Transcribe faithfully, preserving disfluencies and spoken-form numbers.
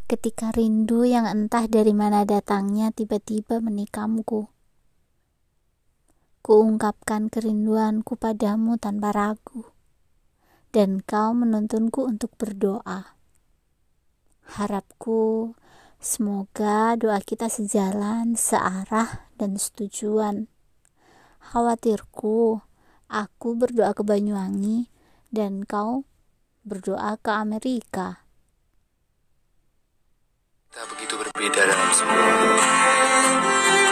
ketika rindu yang entah dari mana datangnya tiba-tiba menikamku. Kuungkapkan kerinduanku padamu tanpa ragu, dan kau menuntunku untuk berdoa. Harapku, semoga doa kita sejalan, searah, dan setujuan. Khawatirku, aku berdoa ke Banyuwangi, dan kau berdoa ke Amerika. Kita begitu berbeda dalam semua.